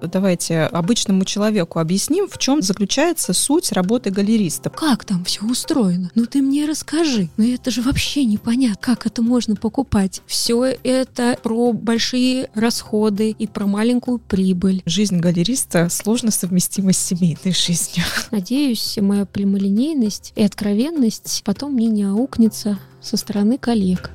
давайте обычному человеку объясним, в чем заключается суть работы галериста. Как там все устроено? Ну ты мне расскажи. Ну это же вообще непонятно, как это можно покупать. Все это про большие расходы и про маленькую прибыль. Жизнь галериста сложно совместима с семейной жизнью. Надеюсь, моя прямолинейность и откровенность потом мне не аукнется со стороны коллег.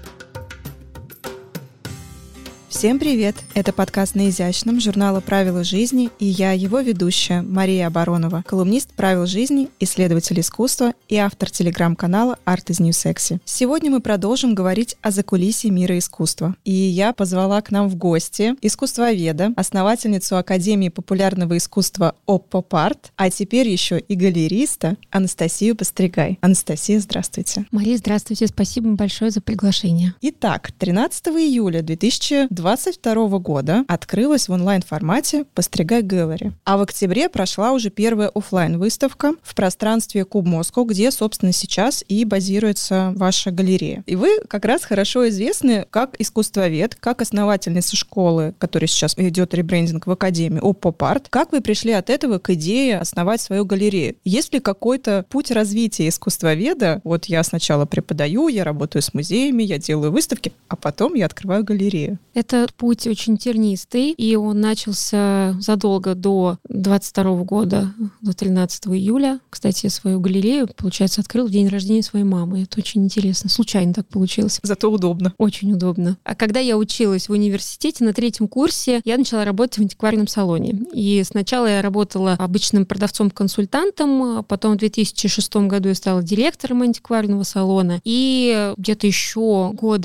Всем привет! Это подкаст «На изящном» журнала «Правила жизни», и я, его ведущая, Мария Оборонова, колумнист «Правил жизни», исследователь искусства и автор телеграм-канала «Art is New Sexy». Сегодня мы продолжим говорить о закулисье мира искусства. И я позвала к нам в гости искусствоведа, основательницу Академии популярного искусства Оп-Поп-Арт, а теперь еще и галериста Анастасию Постригай. Анастасия, здравствуйте. Мария, здравствуйте. Спасибо большое за приглашение. Итак, 13 июля 2022 года открылась в онлайн-формате «Постригай Gallery». А в октябре прошла уже первая офлайн-выставка в пространстве Куб Москва, где, собственно, сейчас и базируется ваша галерея. И вы как раз хорошо известны как искусствовед, как основательница школы, которая сейчас идет ребрендинг в Академии Оп-Поп-Арт. Как вы пришли от этого к идее основать свою галерею? Есть ли какой-то путь развития искусствоведа? Вот я сначала преподаю, я работаю с музеями, я делаю выставки, а потом я открываю галерею. Этот путь очень тернистый, и он начался задолго до 22 года, до 13 июля. Кстати, я свою галерею, получается, открыл в день рождения своей мамы. Это очень интересно. Случайно так получилось. Зато удобно. Очень удобно. А когда я училась в университете, на 3-м курсе я начала работать в антикварном салоне. И сначала я работала обычным продавцом-консультантом, а потом в 2006 году я стала директором антикварного салона. И где-то еще года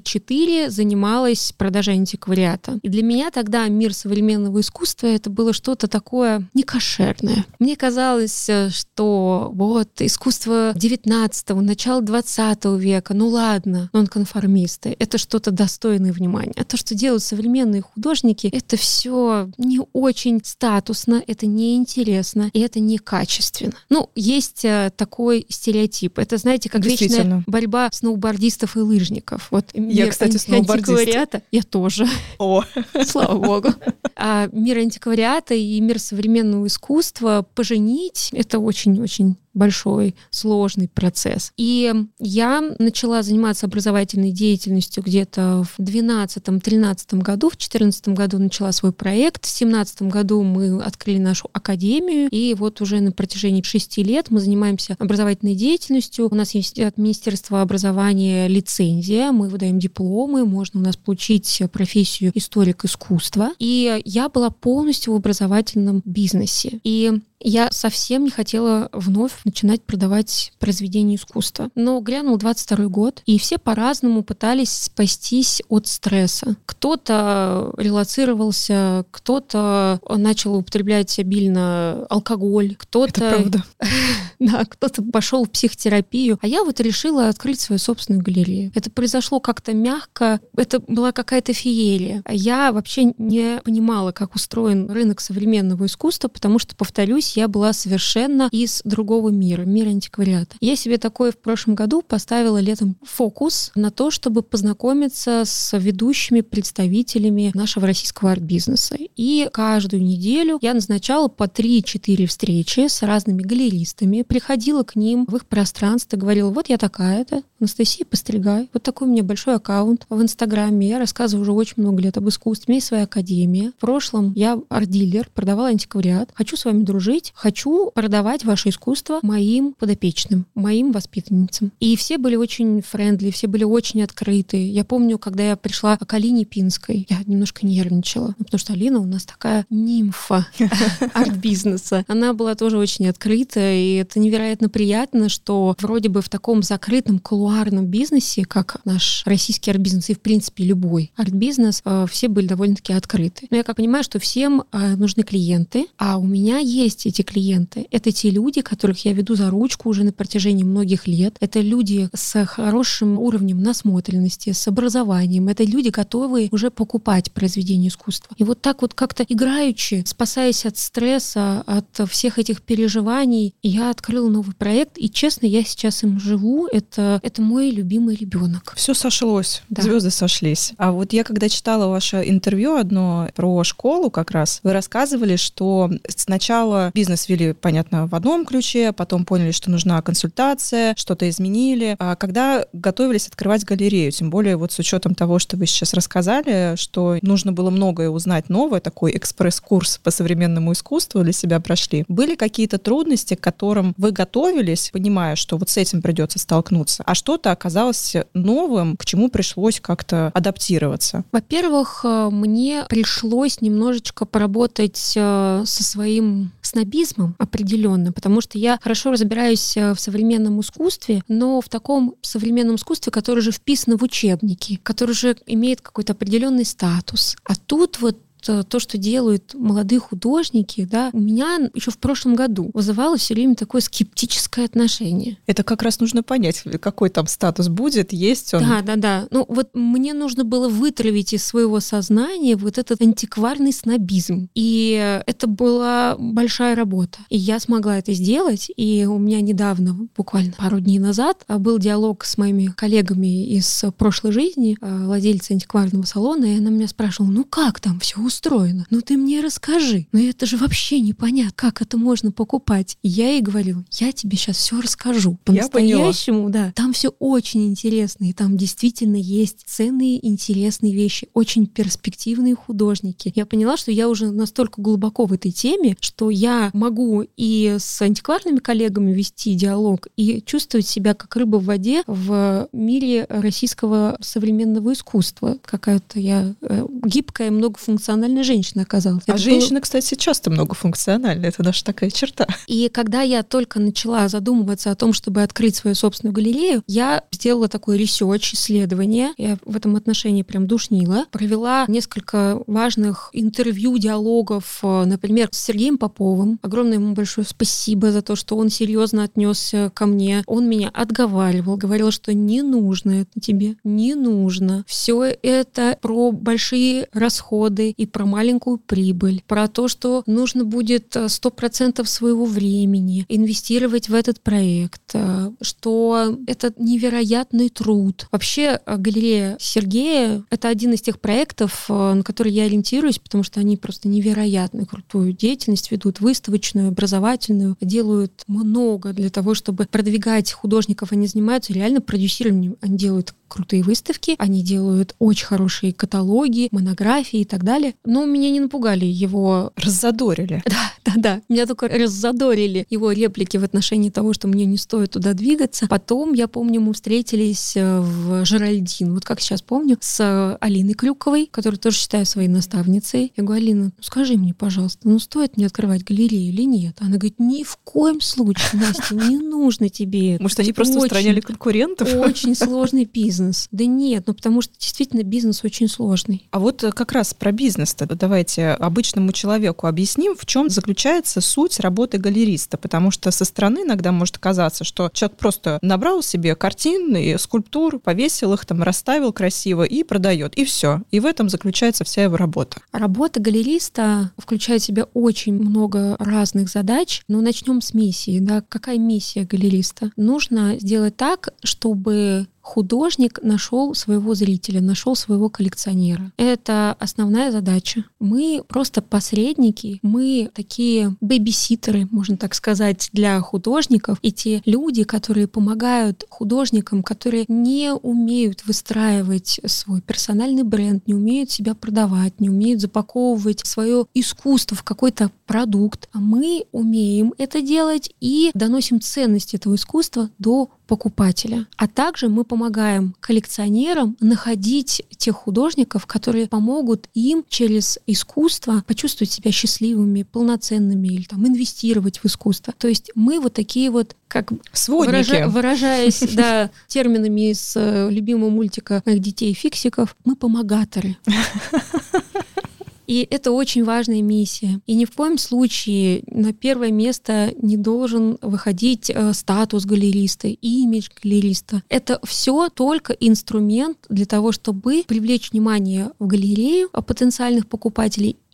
3-4 занималась продажей антиквариата. И для меня тогда мир современного искусства это было что-то такое некошерное. Мне казалось, что вот искусство 19-го, начало 20 века, ну ладно, нонконформисты, это что-то достойное внимания. А то, что делают современные художники, это все не очень статусно, это неинтересно, и это некачественно. Ну, есть такой стереотип. Это, знаете, как вечная борьба сноубордистов и лыжников. Вот я, кстати, сноубордист. Я тоже. О, слава богу. А мир антиквариата и мир современного искусства поженить — это очень-очень большой, сложный процесс. И я начала заниматься образовательной деятельностью где-то в 12-13 году. В 2014 году начала свой проект. В 2017 году мы открыли нашу академию. И вот уже на протяжении 6 лет мы занимаемся образовательной деятельностью. У нас есть от Министерства образования лицензия. Мы выдаем дипломы. Можно у нас получить профессию историк искусства. И я была полностью в образовательном бизнесе. И я совсем не хотела вновь начинать продавать произведения искусства. Но грянул 22 год, и все по-разному пытались спастись от стресса. Кто-то релацировался, кто-то начал употреблять обильно алкоголь, кто-то пошел в психотерапию. А я вот решила открыть свою собственную галерею. Это произошло как-то мягко, это была какая-то феерия. Я вообще не понимала, как устроен рынок современного искусства, потому что, повторюсь, я была совершенно из другого мира, мира антиквариата. Я себе такое в прошлом году поставила летом фокус на то, чтобы познакомиться с ведущими представителями нашего российского арт-бизнеса. И каждую неделю я назначала по 3-4 встречи с разными галеристами, приходила к ним в их пространство, говорила: вот я такая-то, Анастасия Постригай, вот такой у меня большой аккаунт в Инстаграме, я рассказываю уже очень много лет об искусстве, у меня есть своя академия. В прошлом я арт-дилер, продавала антиквариат, хочу с вами дружить, хочу продавать ваше искусство моим подопечным, моим воспитанницам. И все были очень френдли, все были очень открыты. Я помню, когда я пришла к Алине Пинской, я немножко нервничала, потому что Алина у нас такая нимфа арт-бизнеса. Она была тоже очень открыта, и это невероятно приятно, что вроде бы в таком закрытом кулуарном бизнесе, как наш российский арт-бизнес и, в принципе, любой арт-бизнес, все были довольно-таки открыты. Но я как понимаю, что всем нужны клиенты, а у меня есть эти клиенты. Это те люди, которых я веду за ручку уже на протяжении многих лет. Это люди с хорошим уровнем насмотренности, с образованием. Это люди, готовые уже покупать произведения искусства. И вот так вот как-то играючи, спасаясь от стресса, от всех этих переживаний, я открыла новый проект, и, честно, я сейчас им живу. Это мой любимый ребенок. Все сошлось, да. Звезды сошлись. А вот я, когда читала ваше интервью одно про школу как раз, вы рассказывали, что сначала бизнес вели, понятно, в одном ключе, потом поняли, что нужна консультация, что-то изменили. А когда готовились открывать галерею, тем более вот с учетом того, что вы сейчас рассказали, что нужно было многое узнать новое, такой экспресс-курс по современному искусству для себя прошли, были какие-то трудности, к которым вы готовились, понимая, что вот с этим придется столкнуться, а что-то оказалось новым, к чему пришлось как-то адаптироваться? Во-первых, мне пришлось немножечко поработать со своим снобизмом определенно, потому что я хорошо разбираюсь в современном искусстве, но в таком современном искусстве, которое же вписано в учебники, которое же имеет какой-то определенный статус. А тут вот то, что делают молодые художники, да, у меня еще в прошлом году вызывало все время такое скептическое отношение. Это как раз нужно понять, какой там статус будет, есть он. Да. Ну вот мне нужно было вытравить из своего сознания вот этот антикварный снобизм. И это была большая работа. И я смогла это сделать. И у меня недавно, буквально пару дней назад, был диалог с моими коллегами из прошлой жизни, владельца антикварного салона, и она меня спрашивала, ну как там все устроено? Ну ты мне расскажи. Ну это же вообще непонятно, как это можно покупать. И я ей говорила, я тебе сейчас все расскажу. По-настоящему, да. Там все очень интересно, и там действительно есть ценные, интересные вещи, очень перспективные художники. Я поняла, что я уже настолько глубоко в этой теме, что я могу и с антикварными коллегами вести диалог, и чувствовать себя как рыба в воде в мире российского современного искусства. Какая-то я гибкая, многофункциональная женщина оказалась. А женщина, кстати, часто многофункциональная, это наша такая черта. И когда я только начала задумываться о том, чтобы открыть свою собственную галерею, я сделала такой ресерч, исследование. Я в этом отношении прям душнила. Провела несколько важных интервью, диалогов, например, с Сергеем Поповым. Огромное ему большое спасибо за то, что он серьезно отнесся ко мне. Он меня отговаривал, говорил, что не нужно это тебе, не нужно. Все это про большие расходы и про маленькую прибыль, про то, что нужно будет 100% своего времени инвестировать в этот проект, что это невероятный труд. Вообще, галерея Сергея — это один из тех проектов, на которые я ориентируюсь, потому что они просто невероятно крутую деятельность ведут, выставочную, образовательную, делают много для того, чтобы продвигать художников. Они занимаются реально продюсированием. Они делают крутые выставки, они делают очень хорошие каталоги, монографии и так далее. Но меня не напугали его... Раззадорили. Да. Меня только раззадорили его реплики в отношении того, что мне не стоит туда двигаться. Потом, я помню, мы встретились в Жеральдин, вот как сейчас помню, с Алиной Крюковой, которую тоже считаю своей наставницей. Я говорю, Алина, скажи мне, пожалуйста, стоит мне открывать галерею или нет? Она говорит, ни в коем случае, Настя, не нужно тебе это. Может, они просто устраняли конкурентов? Очень сложный бизнес. Да нет, потому что действительно бизнес очень сложный. А вот как раз про бизнес-то давайте обычному человеку объясним, в чем заключается суть работы галериста, потому что со стороны иногда может казаться, что человек просто набрал себе картин и скульптур, повесил их, там расставил красиво и продает, и все. И в этом заключается вся его работа. Работа галериста включает в себя очень много разных задач. Но начнем с миссии. Да? Какая миссия галериста? Нужно сделать так, чтобы художник нашел своего зрителя, нашел своего коллекционера. Это основная задача. Мы просто посредники, мы такие бэбиситеры, можно так сказать, для художников. И те люди, которые помогают художникам, которые не умеют выстраивать свой персональный бренд, не умеют себя продавать, не умеют запаковывать свое искусство в какой-то продукт. А мы умеем это делать и доносим ценность этого искусства до покупателя. А также мы помогаем коллекционерам находить тех художников, которые помогут им через искусство почувствовать себя счастливыми, полноценными или там инвестировать в искусство. То есть мы вот такие вот, как выражаясь терминами из любимого мультика моих детей фиксиков, мы помогаторы. И это очень важная миссия. И ни в коем случае на первое место не должен выходить статус галериста, имидж галериста. Это все только инструмент для того, чтобы привлечь внимание в галерею потенциальных покупателей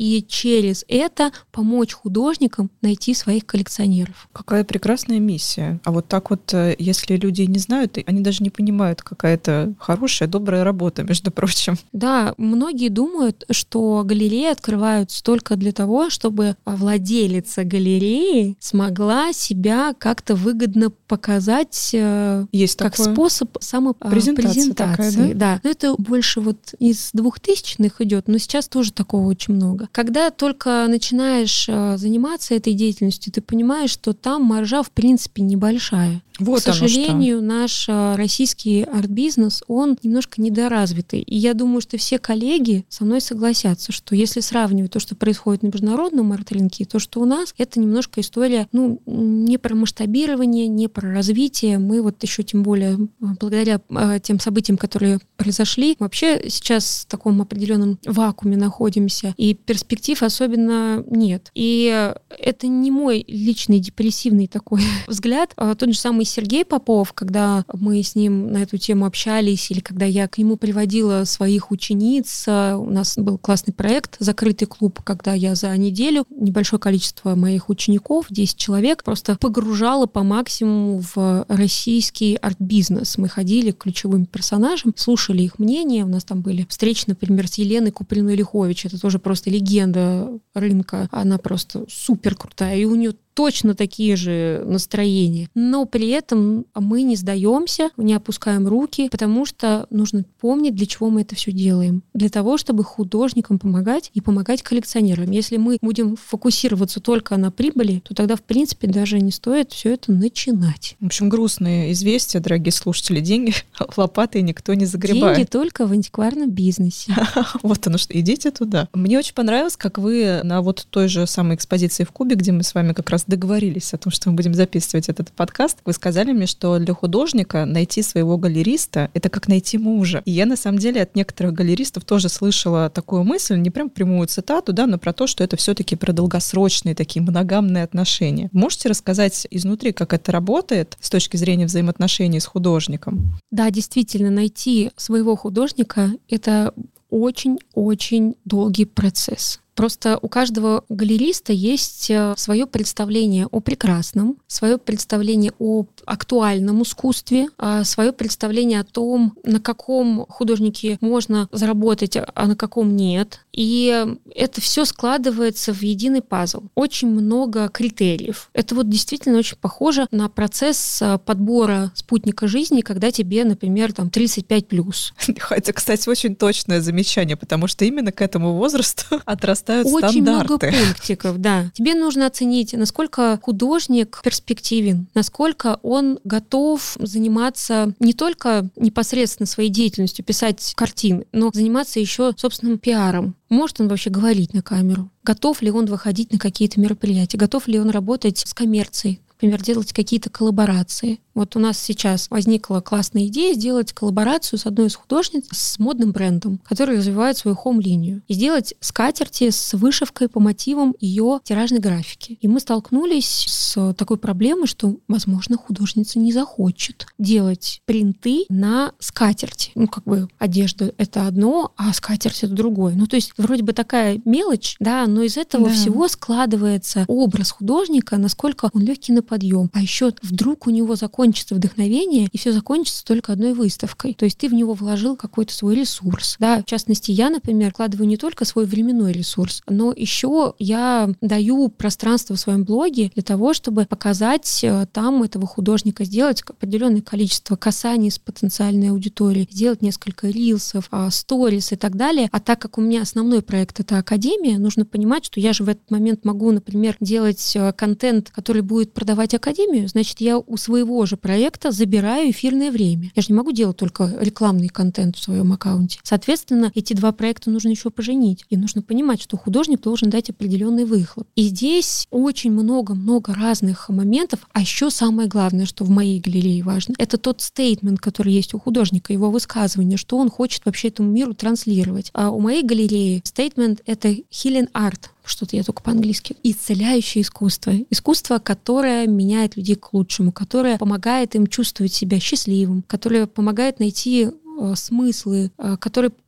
и через это помочь художникам найти своих коллекционеров. Какая прекрасная миссия. А вот так вот, если люди не знают, они даже не понимают, какая это хорошая, добрая работа, между прочим. Да, многие думают, что галереи открываются только для того, чтобы владелица галереи смогла себя как-то выгодно показать. Есть как такое. Способ самопрезентации. Такая, да? Но это больше вот из 2000-х идет, но сейчас тоже такого очень много. Когда только начинаешь заниматься этой деятельностью, ты понимаешь, что там маржа в принципе небольшая. Вот К сожалению, наш российский арт-бизнес, он немножко недоразвитый. И я думаю, что все коллеги со мной согласятся, что если сравнивать то, что происходит на международном арт-рынке, и то, что у нас, это немножко история, не про масштабирование, не про развитие. Мы вот еще тем более благодаря тем событиям, которые произошли, вообще сейчас в таком определенном вакууме находимся, и перспектив особенно нет. И это не мой личный депрессивный такой взгляд. Тот же самый Сергей Попов, когда мы с ним на эту тему общались, или когда я к нему приводила своих учениц, у нас был классный проект «Закрытый клуб», когда я за неделю небольшое количество моих учеников, 10 человек, просто погружала по максимуму в российский арт-бизнес. Мы ходили к ключевым персонажам, слушали их мнение. У нас там были встречи, например, с Еленой Куприной-Лихович. Это тоже просто легенда рынка. Она просто супер крутая. И у нее точно такие же настроения. Но при этом мы не сдаемся, не опускаем руки, потому что нужно помнить, для чего мы это все делаем. Для того, чтобы художникам помогать и помогать коллекционерам. Если мы будем фокусироваться только на прибыли, то тогда, в принципе, даже не стоит все это начинать. В общем, грустные известия, дорогие слушатели. Деньги лопатой никто не загребает. Деньги только в антикварном бизнесе. Вот оно что, идите туда. Мне очень понравилось, как вы на вот той же самой экспозиции в Кубе, где мы с вами как раз договорились о том, что мы будем записывать этот подкаст, вы сказали мне, что для художника найти своего галериста — это как найти мужа. И я, на самом деле, от некоторых галеристов тоже слышала такую мысль, не прям прямую цитату, да, но про то, что это все-таки про долгосрочные такие моногамные отношения. Можете рассказать изнутри, как это работает с точки зрения взаимоотношений с художником? Да, действительно, найти своего художника — это очень-очень долгий процесс. Просто у каждого галериста есть свое представление о прекрасном, свое представление о актуальном искусстве, свое представление о том, на каком художнике можно заработать, а на каком нет. И это все складывается в единый пазл. Очень много критериев. Это вот действительно очень похоже на процесс подбора спутника жизни, когда тебе, например, там 35+. Это, кстати, очень точное замечание, потому что именно к этому возрасту отрастают очень стандарты. Много пунктиков, да. Тебе нужно оценить, насколько художник перспективен, насколько он готов заниматься не только непосредственно своей деятельностью, писать картины, но заниматься еще собственным пиаром. Может он вообще говорить на камеру? Готов ли он выходить на какие-то мероприятия? Готов ли он работать с коммерцией? Например, делать какие-то коллаборации. Вот у нас сейчас возникла классная идея сделать коллаборацию с одной из художниц с модным брендом, который развивает свою хоум-линию. И сделать скатерти с вышивкой по мотивам ее тиражной графики. И мы столкнулись с такой проблемой, что, возможно, художница не захочет делать принты на скатерти. Одежда — это одно, а скатерть — это другое. То есть вроде бы такая мелочь, да, но из этого всего складывается образ художника, насколько он легкий на подъем. А еще вдруг у него закончится вдохновение, и все закончится только одной выставкой. То есть ты в него вложил какой-то свой ресурс. Да, в частности, я, например, вкладываю не только свой временной ресурс, но еще я даю пространство в своем блоге для того, чтобы показать там этого художника, сделать определенное количество касаний с потенциальной аудиторией, сделать несколько рилсов, сторис и так далее. А так как у меня основной проект — это академия, нужно понимать, что я же в этот момент могу, например, делать контент, который будет продавать академию, значит, я у своего же проекта забираю эфирное время. Я же не могу делать только рекламный контент в своем аккаунте. Соответственно, эти два проекта нужно еще поженить. И нужно понимать, что художник должен дать определенный выхлоп. И здесь очень много-много разных моментов. А еще самое главное, что в моей галерее важно, это тот стейтмент, который есть у художника, его высказывание, что он хочет вообще этому миру транслировать. А у моей галереи стейтмент — это healing art. Что-то я только по-английски. Исцеляющее искусство. Искусство, которое меняет людей к лучшему, которое помогает им чувствовать себя счастливым, которое помогает найти смыслы, которое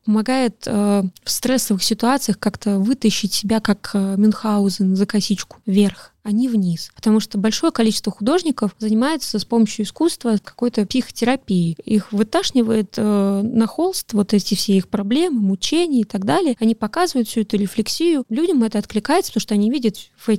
помогает в стрессовых ситуациях как-то вытащить себя, как Мюнхгаузен, за косичку вверх, а не вниз. Потому что большое количество художников занимается с помощью искусства какой-то психотерапией. Их выташнивает на холст вот эти все их проблемы, мучения и так далее. Они показывают всю эту рефлексию. Людям это откликается, потому что они видят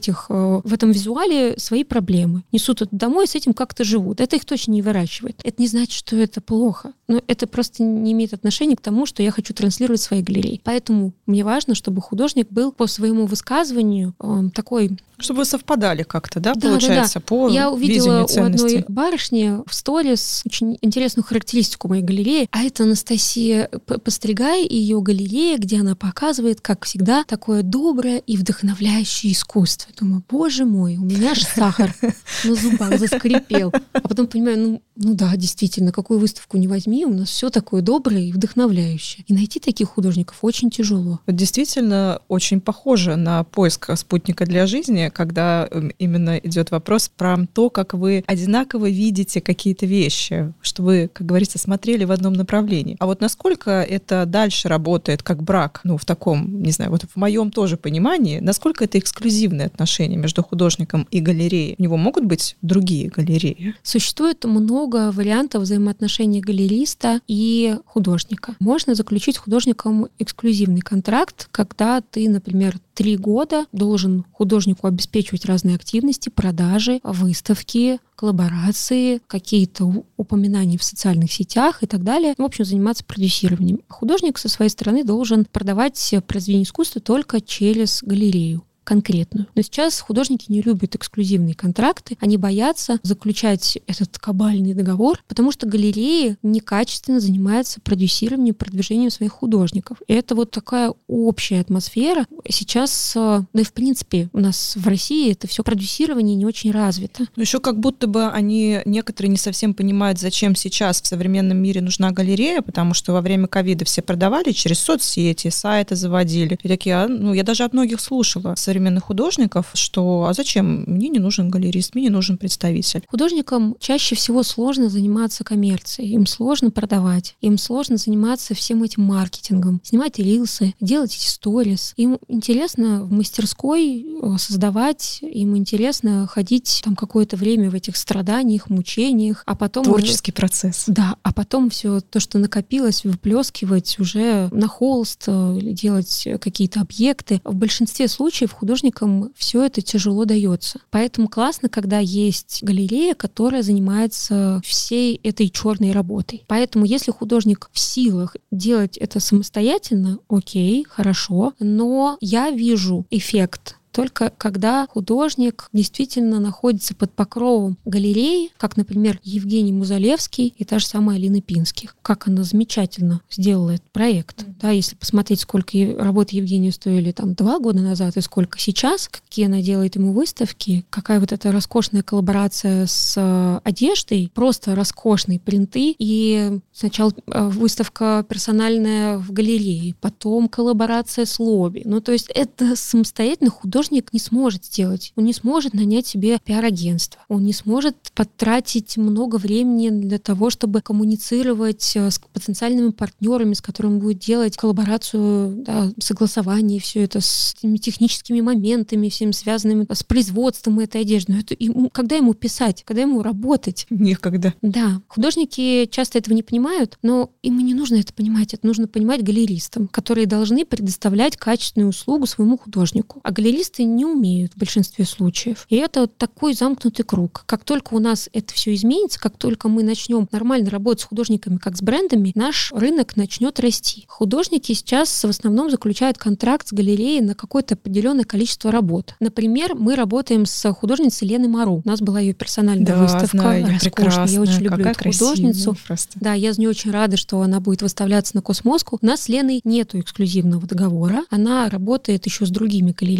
в этом визуале свои проблемы. Несут это домой и с этим как-то живут. Это их точно не выращивает. Это не значит, что это плохо. Но это просто не имеет отношения к тому, что я хочу транслировать в своей галерее. Поэтому мне важно, чтобы художник был по своему высказыванию такой... Чтобы вы совпадали как-то, да, получается, по Я увидела у одной барышни в сторис очень интересную характеристику моей галереи, а это Анастасия Постригай и ее галерея, где она показывает, как всегда, такое доброе и вдохновляющее искусство. Думаю, боже мой, у меня аж сахар на зубах заскрипел. А потом понимаю, ну да, действительно, какую выставку не возьми, у нас все такое доброе и вдохновляющее. И найти таких художников очень тяжело. Вот действительно очень похоже на поиск спутника для жизни, когда именно идет вопрос про то, как вы одинаково видите какие-то вещи, что вы, как говорится, смотрели в одном направлении. А вот насколько это дальше работает как брак, в таком, не знаю, вот в моем тоже понимании, насколько это эксклюзивные отношения между художником и галереей? У него могут быть другие галереи? Существует много вариантов взаимоотношений галериста и художника. Можно заключить с художником эксклюзивный контракт, когда ты, например, 3 года должен художнику обеспечивать разные активности, продажи, выставки, коллаборации, какие-то упоминания в социальных сетях и так далее. В общем, заниматься продюсированием. Художник со своей стороны должен продавать произведения искусства только через галерею конкретную. Но сейчас художники не любят эксклюзивные контракты, они боятся заключать этот кабальный договор, потому что галереи некачественно занимаются продюсированием, продвижением своих художников. И это вот такая общая атмосфера. Сейчас, да и в принципе, у нас в России это все продюсирование не очень развито. Но еще как будто бы некоторые не совсем понимают, зачем сейчас в современном мире нужна галерея, потому что во время ковида все продавали через соцсети, сайты заводили. И такие, я даже от многих слушала современных художников, что зачем? Мне не нужен галерист, мне не нужен представитель. Художникам чаще всего сложно заниматься коммерцией, им сложно продавать, им сложно заниматься всем этим маркетингом, снимать рилсы, делать эти сторис. Им интересно в мастерской создавать, им интересно ходить там какое-то время в этих страданиях, мучениях, а потом... Творческий процесс. Да, а потом все то, что накопилось, выплескивать уже на холст, делать какие-то объекты. В большинстве случаев художникам все это тяжело дается. Поэтому классно, когда есть галерея, которая занимается всей этой черной работой. Поэтому если художник в силах делать это самостоятельно, окей, хорошо, но я вижу эффект только когда художник действительно находится под покровом галереи, как, например, Евгений Музалевский и та же самая Алина Пинских. Как она замечательно сделала этот проект. Да, если посмотреть, сколько работы Евгении стоили 2 года назад и сколько сейчас, какие она делает ему выставки, какая вот эта роскошная коллаборация с одеждой, просто роскошные принты, и сначала выставка персональная в галерее, потом коллаборация с лобби. То есть это самостоятельно художник не сможет сделать. Он не сможет нанять себе пиар-агентство. Он не сможет потратить много времени для того, чтобы коммуницировать с потенциальными партнерами, с которыми будет делать коллаборацию, согласование, все это с этими техническими моментами, всеми связанными с производством этой одежды. Когда ему писать? Когда ему работать? Некогда. Да. Художники часто этого не понимают, но им не нужно это понимать. Это нужно понимать галеристам, которые должны предоставлять качественную услугу своему художнику. А галеристы не умеют в большинстве случаев. И это такой замкнутый круг. Как только у нас это все изменится, как только мы начнем нормально работать с художниками, как с брендами, наш рынок начнет расти. Художники сейчас в основном заключают контракт с галереей на какое-то определенное количество работ. Например, мы работаем с художницей Леной Мару. У нас была ее персональная выставка. Знаю, роскошная. Я очень люблю эту художницу. Просто. Да, я за нее очень рада, что она будет выставляться на Космоску. У нас с Леной нету эксклюзивного договора. Она работает еще с другими галереями.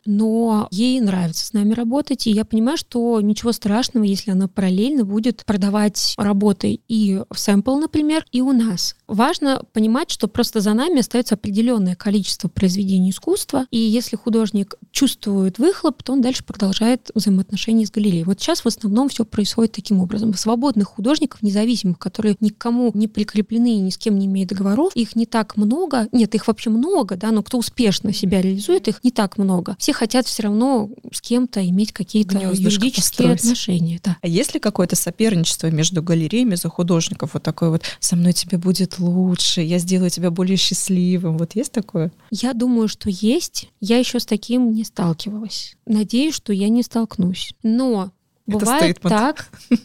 но ей нравится с нами работать, и я понимаю, что ничего страшного, если она параллельно будет продавать работы и в Sample, например, и у нас. Важно понимать, что просто за нами остается определенное количество произведений искусства, и если художник чувствует выхлоп, то он дальше продолжает взаимоотношения с галереей. Вот сейчас в основном все происходит таким образом. Свободных художников, независимых, которые никому не прикреплены и ни с кем не имеют договоров, их не так много. Нет, их вообще много, да, но кто успешно себя реализует, их не так много. Все хотят все равно с кем-то иметь какие-то юридические отношения. Да. А есть ли какое-то соперничество между галереями за художников? Вот такое вот: со мной тебе будет лучше, я сделаю тебя более счастливым. Вот есть такое? Я думаю, что есть. Я еще с таким не сталкивалась. Надеюсь, что я не столкнусь. Но бывает так,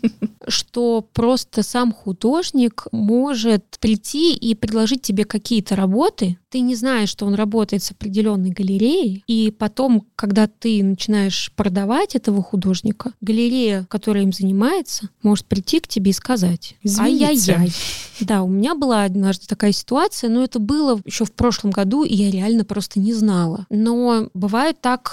что просто сам художник может прийти и предложить тебе какие-то работы. Ты не знаешь, что он работает с определенной галереей, и потом, когда ты начинаешь продавать этого художника, галерея, которая им занимается, может прийти к тебе и сказать: ай-яй-яй. Да, у меня была однажды такая ситуация, но это было еще в прошлом году, и я реально просто не знала. Но бывает так,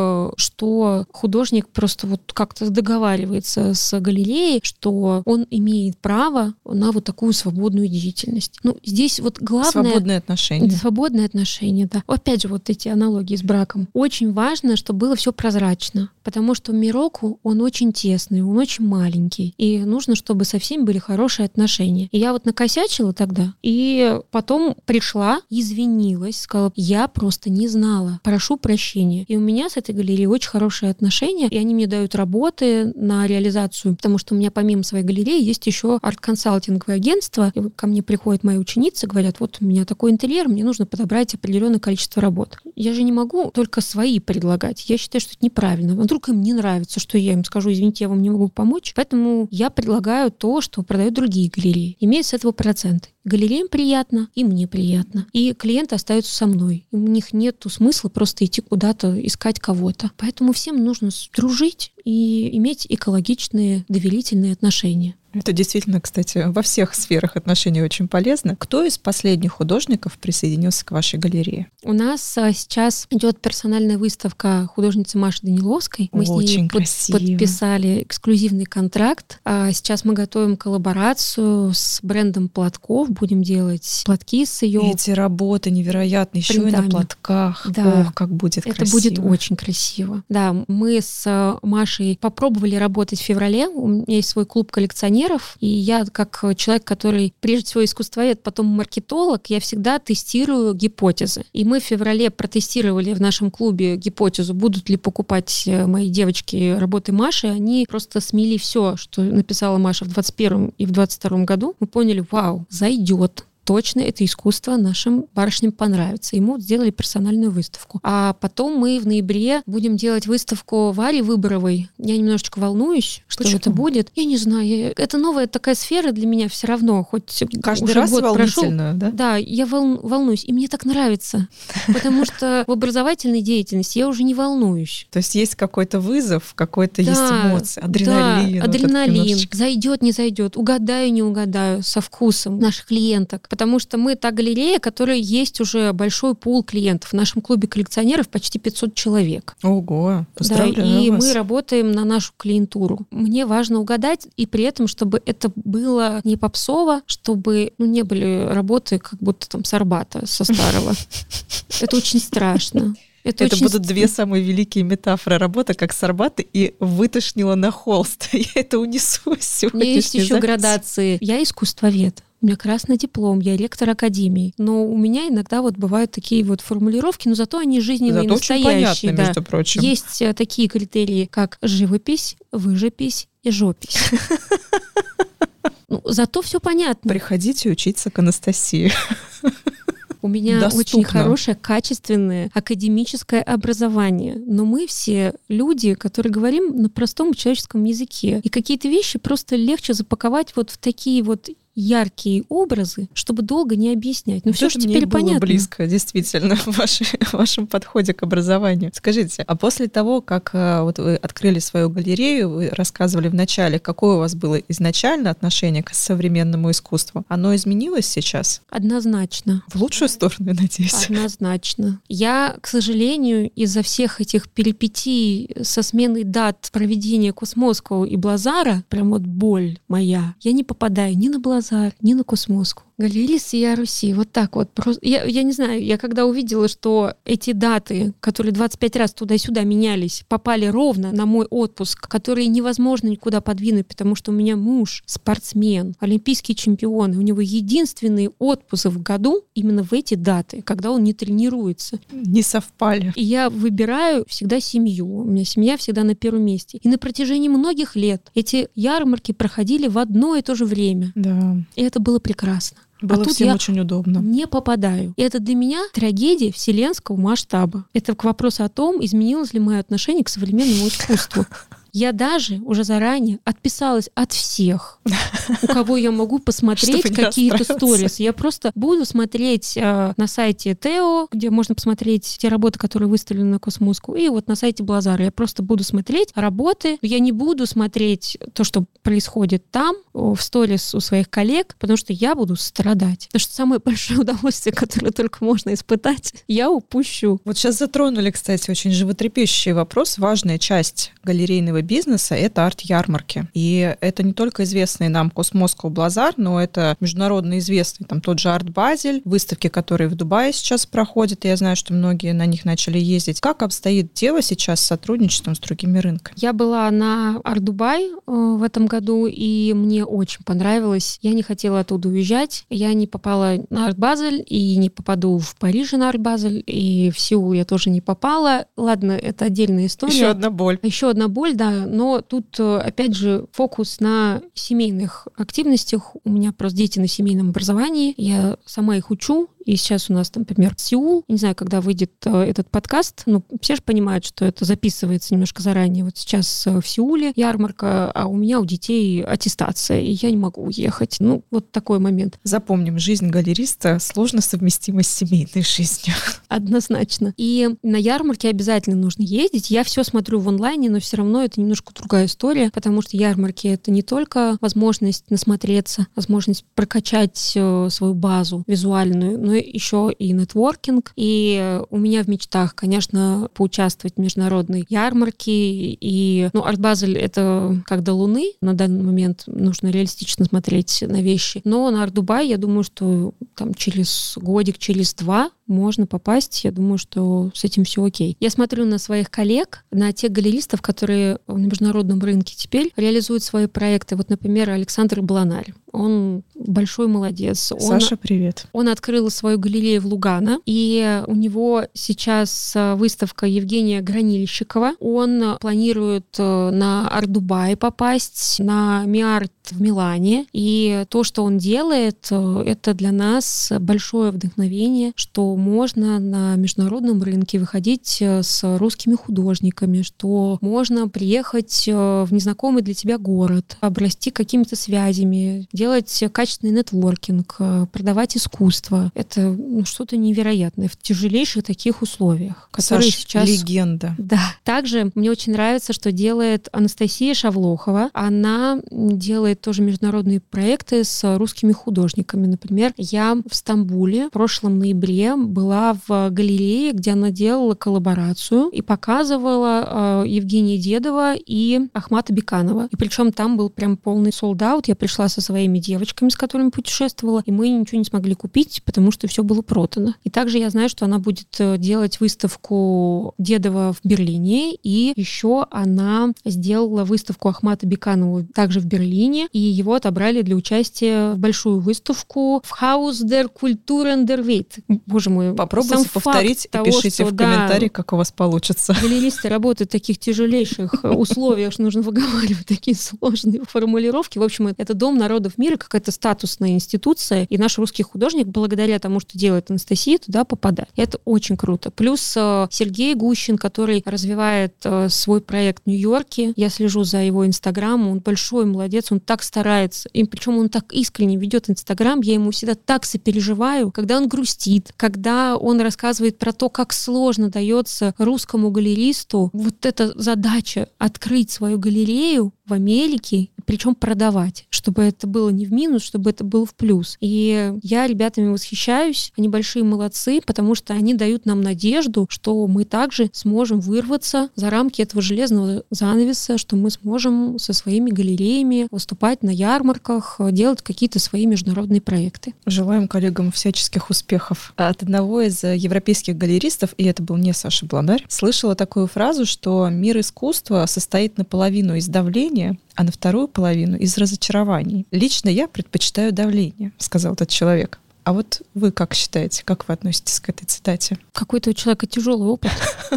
что художник просто вот как-то договаривается с галереей, что он имеет право на вот такую свободную деятельность. Ну, здесь вот главное... Свободные отношения. Свободные отношения, да. Опять же, вот эти аналогии с браком. Очень важно, чтобы было все прозрачно, потому что Мироку, он очень тесный, он очень маленький, и нужно, чтобы со всеми были хорошие отношения. И я вот накосячила тогда, и потом пришла, извинилась, сказала: я просто не знала, прошу прощения. И у меня с этой галереей очень хорошие отношения, и они мне дают работы на реализацию, потому что у меня помимо своей галереи есть еще арт-консалтинговое агентство, и ко мне приходят мои ученицы, говорят: вот у меня такой интерьер, мне нужно подобрать определенное количество работ. Я же не могу только свои предлагать. Я считаю, что это неправильно. Вдруг им не нравится, что я им скажу: извините, я вам не могу помочь. Поэтому я предлагаю то, что продают другие галереи. Имеют с этого проценты. Галереям приятно, и мне приятно. И клиенты остаются со мной. У них нет смысла просто идти куда-то искать кого-то. Поэтому всем нужно дружить и иметь экологичные, доверительные отношения. Это действительно, кстати, во всех сферах отношений очень полезно. Кто из последних художников присоединился к вашей галерее? У нас сейчас идет персональная выставка художницы Маши Даниловской. Мы очень с ней подписали эксклюзивный контракт. А сейчас мы готовим коллаборацию с брендом платков. Будем делать платки с ее... Эти работы невероятные, еще и на платках. Да. Ох, как будет красиво. Это будет очень красиво. Да, мы с Машей попробовали работать в феврале. У меня есть свой клуб коллекционеров. И я, как человек, который прежде всего искусствовед, потом маркетолог, я всегда тестирую гипотезы. И мы в феврале протестировали в нашем клубе гипотезу, будут ли покупать мои девочки работы Маши. Они просто смели все, что написала Маша в 2021 и в 2022 году. Мы поняли: вау, зайдет. Точно это искусство нашим барышням понравится. И мы вот сделали персональную выставку. А потом мы в ноябре будем делать выставку Вари Выборовой. Я немножечко волнуюсь, что это будет. Я не знаю. Это новая такая сфера для меня все равно. Хоть каждый уже раз год волнительную, прошел, да, я волнуюсь. И мне так нравится. Потому что в образовательной деятельности я уже не волнуюсь. То есть есть какой-то вызов, какой-то есть эмоции, адреналин. Да, адреналин. Зайдет, не зайдет. Угадаю, не угадаю. Со вкусом наших клиенток. Потому что мы та галерея, которая есть уже большой пул клиентов. В нашем клубе коллекционеров почти 500 человек. Ого, поздравляю да, и вас. Мы работаем на нашу клиентуру. Мне важно угадать, и при этом, чтобы это было не попсово, чтобы не были работы как будто там с Арбата, со старого. Это очень страшно. Это будут две самые великие метафоры: работа как с Арбата и вытошнила на холст. Я это унесу сегодня. У меня есть еще градации. Я искусствовед. У меня красный диплом, я ректор академии. Но у меня иногда вот бывают такие вот формулировки, но зато они жизненные, зато настоящие. Очень понятно, между прочим. Есть такие критерии, как живопись, выжопись и жопись. Зато все понятно. Приходите учиться к Анастасии. У меня очень хорошее, качественное академическое образование. Но мы все люди, которые говорим на простом человеческом языке. И какие-то вещи просто легче запаковать вот в такие вот яркие образы, чтобы долго не объяснять. Ну, все же теперь было понятно. Близко, действительно, в вашем подходе к образованию. Скажите, а после того, как вот вы открыли свою галерею, вы рассказывали в начале, какое у вас было изначально отношение к современному искусству, оно изменилось сейчас? Однозначно. В лучшую сторону, я надеюсь? Однозначно. Я, к сожалению, из-за всех этих перипетий со сменой дат проведения Космоского и Блазара, прям вот боль моя, я не попадаю ни на Блазар, ни на Космоску. Галерея «Сия Руси». Вот так вот. Просто, я не знаю, я когда увидела, что эти даты, которые 25 раз туда-сюда менялись, попали ровно на мой отпуск, который невозможно никуда подвинуть, потому что у меня муж спортсмен, олимпийский чемпион, и у него единственный отпуск в году именно в эти даты, когда он не тренируется. Не совпали. И я выбираю всегда семью. У меня семья всегда на первом месте. И на протяжении многих лет эти ярмарки проходили в одно и то же время. Да. И это было прекрасно. Было тут всем я очень удобно. Не попадаю. И это для меня трагедия вселенского масштаба. Это к вопросу о том, изменилось ли мое отношение к современному искусству. Я даже уже заранее отписалась от всех, у кого я могу посмотреть какие-то сторис. Я просто буду смотреть на сайте Тео, где можно посмотреть те работы, которые выставлены на Космоску, и вот на сайте Блазара. Я просто буду смотреть работы. Я не буду смотреть то, что происходит там, в сторис у своих коллег, потому что я буду страдать. Потому что самое большое удовольствие, которое только можно испытать, я упущу. Вот сейчас затронули, кстати, очень животрепещущий вопрос. Важная часть галерейного бизнеса — это арт-ярмарки. И это не только известный нам Космоскоу Блазар, но это международно известный там тот же Арт-Базель, выставки, которые в Дубае сейчас проходят. Я знаю, что многие на них начали ездить. Как обстоит дело сейчас с сотрудничеством с другими рынками? Я была на Арт-Дубай в этом году, и мне очень понравилось. Я не хотела оттуда уезжать. Я не попала на Арт-Базель и не попаду в Париж на Арт-Базель, и в Сеул я тоже не попала. Ладно, это отдельная история. Еще одна боль. Еще одна боль, да. Но тут, опять же, фокус на семейных активностях. У меня просто дети на семейном образовании. Я сама их учу. И сейчас у нас, например, Сеул. Не знаю, когда выйдет этот подкаст, но все же понимают, что это записывается немножко заранее. Вот сейчас в Сеуле ярмарка, а у меня у детей аттестация, и я не могу уехать. Ну, вот такой момент. Запомним, жизнь галериста сложно совместима с семейной жизнью. Однозначно. И на ярмарке обязательно нужно ездить. Я все смотрю в онлайне, но все равно это немножко другая история, потому что ярмарки — это не только возможность насмотреться, возможность прокачать свою базу визуальную, но еще и нетворкинг. И у меня в мечтах, конечно, поучаствовать в международной ярмарке. И, Арт-Базель — это как до Луны. На данный момент нужно реалистично смотреть на вещи. Но на Арт-Дубай, я думаю, что там через годик, через 2 можно попасть. Я думаю, что с этим все окей. Я смотрю на своих коллег, на тех галеристов, которые на международном рынке теперь реализуют свои проекты. Вот, например, Александр Бланарь. Он большой молодец. Саша, привет. Он открыл свою галерею в Лугано, и у него сейчас выставка Евгения Гранильщикова. Он планирует на Арт-Дубай попасть, на Ми-Арт в Милане. И то, что он делает, это для нас большое вдохновение, что можно на международном рынке выходить с русскими художниками, что можно приехать в незнакомый для тебя город, обрасти какими-то связями, делать качественный нетворкинг, продавать искусство. Это что-то невероятное в тяжелейших таких условиях, которые Саш, сейчас... легенда. Да. Также мне очень нравится, что делает Анастасия Шавлохова. Она делает тоже международные проекты с русскими художниками. Например, я в Стамбуле в прошлом ноябре была в галерее, где она делала коллаборацию и показывала Евгения Дедова и Ахмата Беканова. И причем там был прям полный солд-аут. Я пришла со своими девочками, с которыми путешествовала, и мы ничего не смогли купить, потому что все было продано. И также я знаю, что она будет делать выставку Дедова в Берлине, и еще она сделала выставку Ахмата Беканова также в Берлине, и его отобрали для участия в большую выставку в Haus der Kulturen der Welt. Боже мы... Попробуйте повторить и пишите в комментарии, как у вас получится. Галеристы работают в таких тяжелейших условиях, что нужно выговаривать такие сложные формулировки. В общем, это Дом народов мира, какая-то статусная институция, и наш русский художник, благодаря тому, что делает Анастасия, туда попадает. И это очень круто. Плюс Сергей Гущин, который развивает свой проект в Нью-Йорке. Я слежу за его инстаграмом, он большой молодец, он так старается. И причем он так искренне ведет инстаграм, я ему всегда так сопереживаю, когда он грустит, когда он рассказывает про то, как сложно дается русскому галеристу вот эта задача открыть свою галерею в Америке, причем продавать, чтобы это было не в минус, чтобы это было в плюс. И я ребятами восхищаюсь, они большие молодцы, потому что они дают нам надежду, что мы также сможем вырваться за рамки этого железного занавеса, что мы сможем со своими галереями выступать на ярмарках, делать какие-то свои международные проекты. Желаем коллегам всяческих успехов. От одного из европейских галеристов, и это был не Саша Бланарь, слышала такую фразу, что мир искусства состоит наполовину из давления, а на вторую половину из разочарований. Лично я предпочитаю давление, сказал этот человек. А вот вы как считаете, как вы относитесь к этой цитате? Какой-то у человека тяжелый опыт.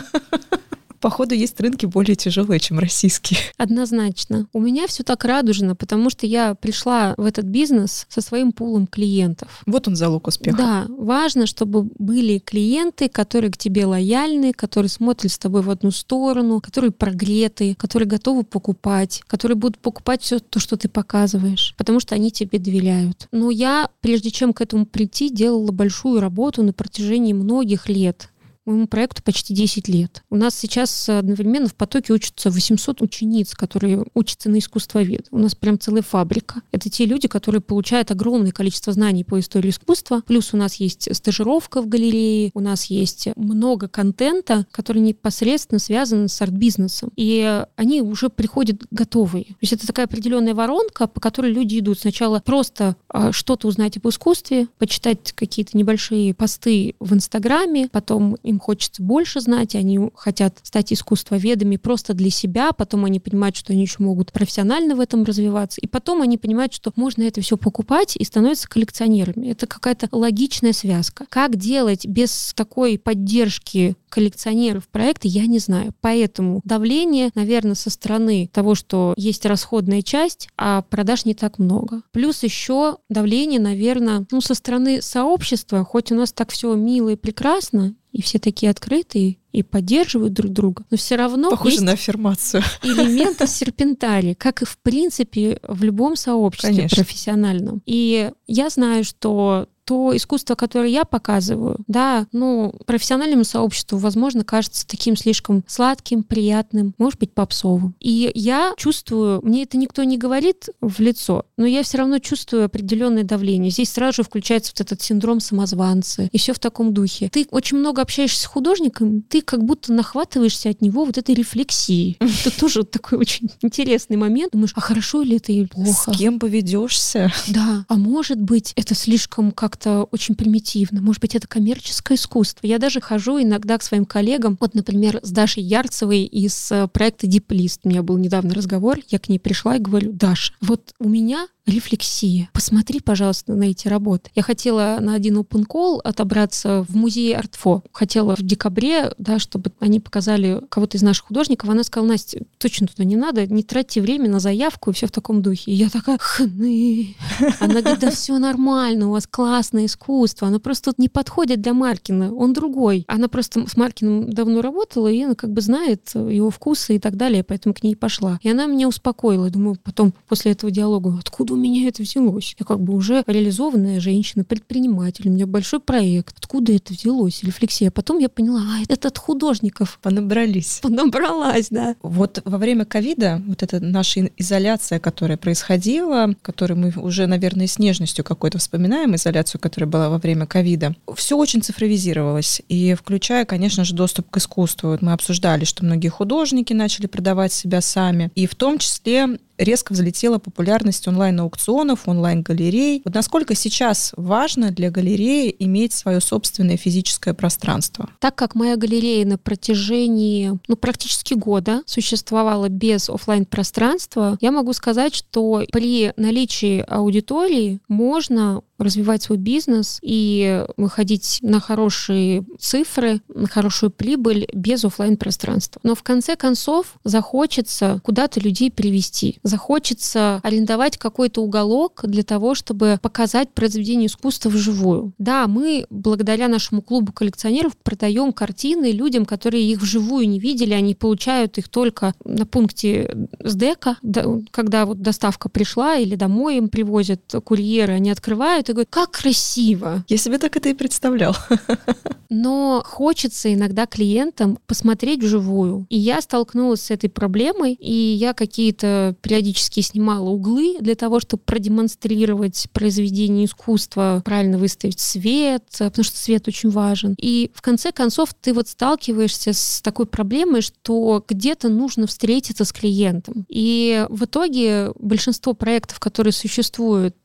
Походу, есть рынки более тяжелые, чем российские. Однозначно. У меня все так радужно, потому что я пришла в этот бизнес со своим пулом клиентов. Вот он залог успеха. Да, важно, чтобы были клиенты, которые к тебе лояльны, которые смотрят с тобой в одну сторону, которые прогреты, которые готовы покупать, которые будут покупать все то, что ты показываешь, потому что они тебе доверяют. Но я, прежде чем к этому прийти, делала большую работу на протяжении многих лет. Моему проекту почти 10 лет. У нас сейчас одновременно в потоке учатся 800 учениц, которые учатся на искусствовед. У нас прям целая фабрика. Это те люди, которые получают огромное количество знаний по истории искусства. Плюс у нас есть стажировка в галерее, у нас есть много контента, который непосредственно связан с арт-бизнесом. И они уже приходят готовые. То есть это такая определенная воронка, по которой люди идут. Сначала просто что-то узнать об искусстве, почитать какие-то небольшие посты в Инстаграме, потом им хочется больше знать, они хотят стать искусствоведами просто для себя, потом они понимают, что они еще могут профессионально в этом развиваться, и потом они понимают, что можно это все покупать и становятся коллекционерами. Это какая-то логичная связка. Как делать без такой поддержки коллекционеров проекта, я не знаю. Поэтому давление, наверное, со стороны того, что есть расходная часть, а продаж не так много. Плюс еще давление, наверное, со стороны сообщества, хоть у нас так все мило и прекрасно, и все такие открытые и поддерживают друг друга, но все равно похоже на аффирмацию. Элементы серпентария, как и в принципе в любом сообществе, конечно, профессиональном. И я знаю, что то искусство, которое я показываю, да, профессиональному сообществу, возможно, кажется таким слишком сладким, приятным, может быть, попсовым. И я чувствую, мне это никто не говорит в лицо, но я все равно чувствую определенное давление. Здесь сразу же включается вот этот синдром самозванца, и все в таком духе. Ты очень много общаешься с художником, ты как будто нахватываешься от него вот этой рефлексии. Это тоже такой очень интересный момент. Думаешь, а хорошо ли это или плохо? С кем поведешься? Да, а может быть, это слишком как-то очень примитивно. Может быть, это коммерческое искусство. Я даже хожу иногда к своим коллегам, вот, например, с Дашей Ярцевой из проекта Deep List. У меня был недавно разговор, я к ней пришла и говорю: Даша, вот у меня рефлексия. Посмотри, пожалуйста, на эти работы. Я хотела на один open call отобраться в музее Артфо. Хотела в декабре, да, чтобы они показали кого-то из наших художников. Она сказала: Настя, точно туда не надо, не тратьте время на заявку и все в таком духе. И я такая: хны. Она говорит: да все нормально, у вас классное искусство, оно просто тут не подходит для Маркина, он другой. Она просто с Маркиным давно работала, и она как бы знает его вкусы и так далее, поэтому к ней пошла. И она меня успокоила. Думаю, потом после этого диалога: откуда у меня это взялось? Я как бы уже реализованная женщина, предприниматель, у меня большой проект. Откуда это взялось? Рефлексия. Потом я поняла: это от художников. Понабралась, да. Вот во время ковида, вот эта наша изоляция, которая происходила, которую мы уже, наверное, с нежностью какой-то вспоминаем, изоляцию, которая была во время ковида, все очень цифровизировалось. И включая, конечно же, доступ к искусству. Вот мы обсуждали, что многие художники начали продавать себя сами. И в том числе резко взлетела популярность онлайн-аукционов, онлайн-галерей. Вот насколько сейчас важно для галереи иметь свое собственное физическое пространство? Так как моя галерея на протяжении практически года существовала без офлайн-пространства, я могу сказать, что при наличии аудитории можно развивать свой бизнес и выходить на хорошие цифры, на хорошую прибыль без офлайн-пространства. Но в конце концов захочется куда-то людей привести, захочется арендовать какой-то уголок для того, чтобы показать произведение искусства вживую. Да, мы благодаря нашему клубу коллекционеров продаем картины людям, которые их вживую не видели, они получают их только на пункте СДЭКа, когда вот доставка пришла или домой им привозят курьеры, они открывают и говорят: как красиво! Я себе так это и представлял. Но хочется иногда клиентам посмотреть вживую. И я столкнулась с этой проблемой, и я какие-то периодически снимала углы для того, чтобы продемонстрировать произведение искусства, правильно выставить свет, потому что свет очень важен. И в конце концов ты вот сталкиваешься с такой проблемой, что где-то нужно встретиться с клиентом. И в итоге большинство проектов, которые существуют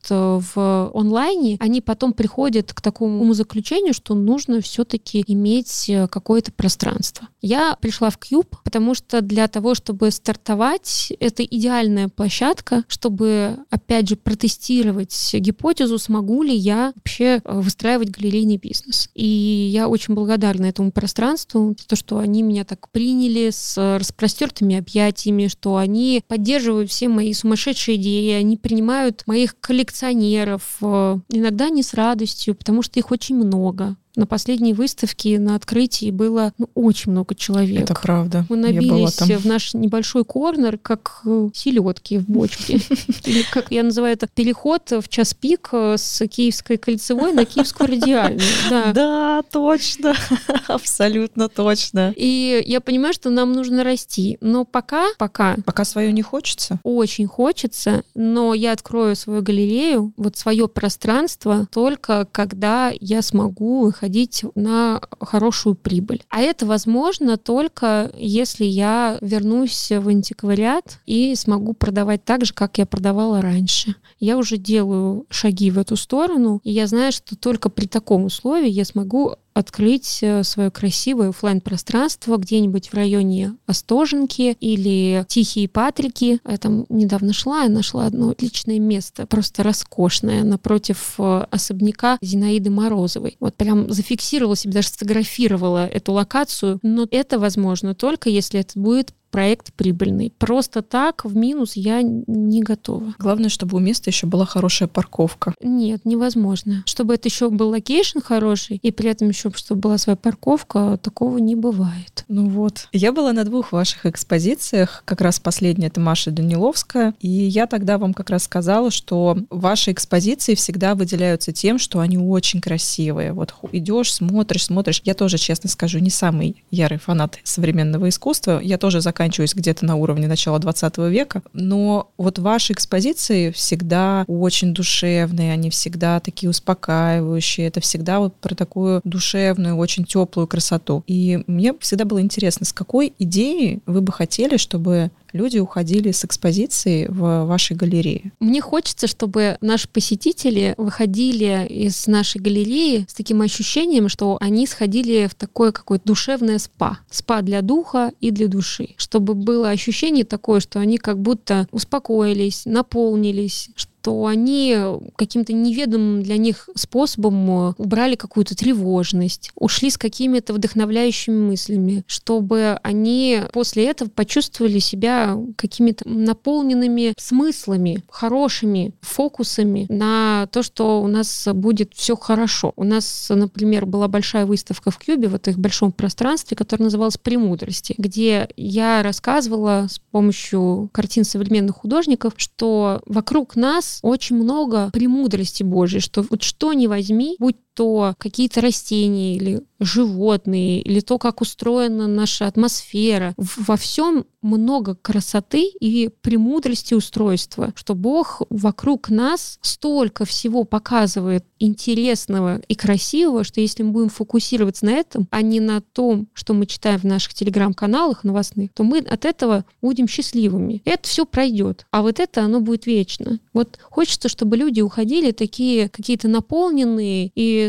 в онлайне, они потом приходят к такому умозаключению, что нужно все-таки иметь какое-то пространство. Я пришла в Cube, потому что для того, чтобы стартовать, это идеальная площадка, чтобы, опять же, протестировать гипотезу, смогу ли я вообще выстраивать галерейный бизнес. И я очень благодарна этому пространству, за то, что они меня так приняли с распростертыми объятиями, что они поддерживают все мои сумасшедшие идеи, они принимают моих коллекционеров, иногда не с радостью, потому что их очень много. На последней выставке на открытии было очень много человек. Это правда. Мы набились в наш небольшой корнер, как селедки в бочке. Или, как я называю это, переход в час пик с Киевской кольцевой на Киевскую радиальную. Да, точно. Абсолютно точно. И я понимаю, что нам нужно расти. Но пока свое не хочется? Очень хочется, но я открою свою галерею, вот свое пространство только когда я смогу выходить на хорошую прибыль. А это возможно только если я вернусь в антиквариат и смогу продавать так же, как я продавала раньше. Я уже делаю шаги в эту сторону, и я знаю, что только при таком условии я смогу открыть свое красивое офлайн-пространство где-нибудь в районе Остоженки или Тихие Патрики. Я там недавно шла и нашла одно отличное место, просто роскошное, напротив особняка Зинаиды Морозовой. Вот прям зафиксировала себе, даже сфотографировала эту локацию. Но это возможно только если это будет проект прибыльный. Просто так в минус я не готова. Главное, чтобы у места еще была хорошая парковка. Нет, невозможно. Чтобы это еще был локейшн хороший, и при этом еще чтобы была своя парковка, такого не бывает. Ну вот. Я была на 2 ваших экспозициях. Как раз последняя — это Маша Даниловская. И я тогда вам как раз сказала, что ваши экспозиции всегда выделяются тем, что они очень красивые. Вот идешь, смотришь. Я тоже, честно скажу, не самый ярый фанат современного искусства. Я тоже заканчиваюсь где-то на уровне начала 20 века. Но вот ваши экспозиции всегда очень душевные, они всегда такие успокаивающие. Это всегда вот про такую душевную, очень теплую красоту. И мне всегда было интересно, с какой идеей вы бы хотели, чтобы люди уходили с экспозиции в вашей галерее? Мне хочется, чтобы наши посетители выходили из нашей галереи с таким ощущением, что они сходили в такое какое-то душевное спа. Спа для духа и для души. Чтобы было ощущение такое, что они как будто успокоились, наполнились, что они каким-то неведомым для них способом убрали какую-то тревожность, ушли с какими-то вдохновляющими мыслями, чтобы они после этого почувствовали себя какими-то наполненными смыслами, хорошими фокусами на то, что у нас будет все хорошо. У нас, например, была большая выставка в Кьюбе, в их большом пространстве, которая называлась «Премудрости», где я рассказывала с помощью картин современных художников, что вокруг нас очень много премудрости Божьей, что вот что ни возьми, будь то какие-то растения или животные, или то, как устроена наша атмосфера. Во всем много красоты и премудрости устройства, что Бог вокруг нас столько всего показывает интересного и красивого, что если мы будем фокусироваться на этом, а не на том, что мы читаем в наших телеграм-каналах новостных, то мы от этого будем счастливыми. Это все пройдет, а вот это оно будет вечно. Вот хочется, чтобы люди уходили такие какие-то наполненные и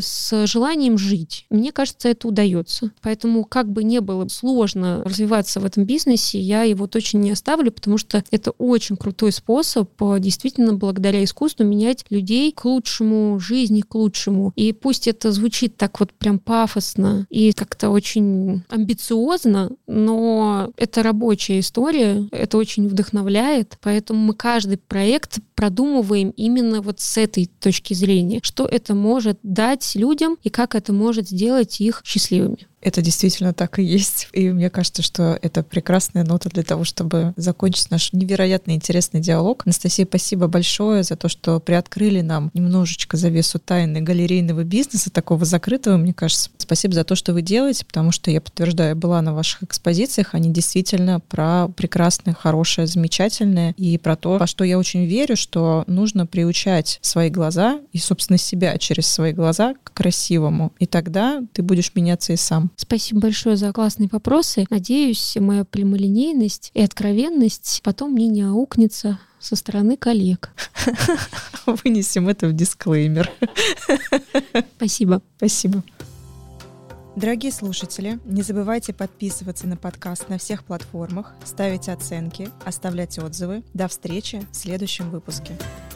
с желанием жить. Мне кажется, это удается. Поэтому, как бы не было сложно развиваться в этом бизнесе, я его точно не оставлю, потому что это очень крутой способ действительно благодаря искусству менять людей к лучшему, жизни к лучшему. И пусть это звучит так вот прям пафосно и как-то очень амбициозно, но это рабочая история, это очень вдохновляет, поэтому мы каждый проект продумываем именно вот с этой точки зрения, что это может дать людям и как это может сделать их счастливыми. Это действительно так и есть. И мне кажется, что это прекрасная нота для того, чтобы закончить наш невероятно интересный диалог. Анастасия, спасибо большое за то, что приоткрыли нам немножечко завесу тайны галерейного бизнеса, такого закрытого, мне кажется. Спасибо за то, что вы делаете, потому что, я подтверждаю, была на ваших экспозициях, они действительно про прекрасное, хорошее, замечательное, и про то, во что я очень верю, что нужно приучать свои глаза и, собственно, себя через свои глаза к красивому. И тогда ты будешь меняться и сам. Спасибо большое за классные вопросы. Надеюсь, моя прямолинейность и откровенность потом мне не аукнется со стороны коллег. Вынесем это в дисклеймер. Спасибо. Спасибо. Дорогие слушатели, не забывайте подписываться на подкаст на всех платформах, ставить оценки, оставлять отзывы. До встречи в следующем выпуске.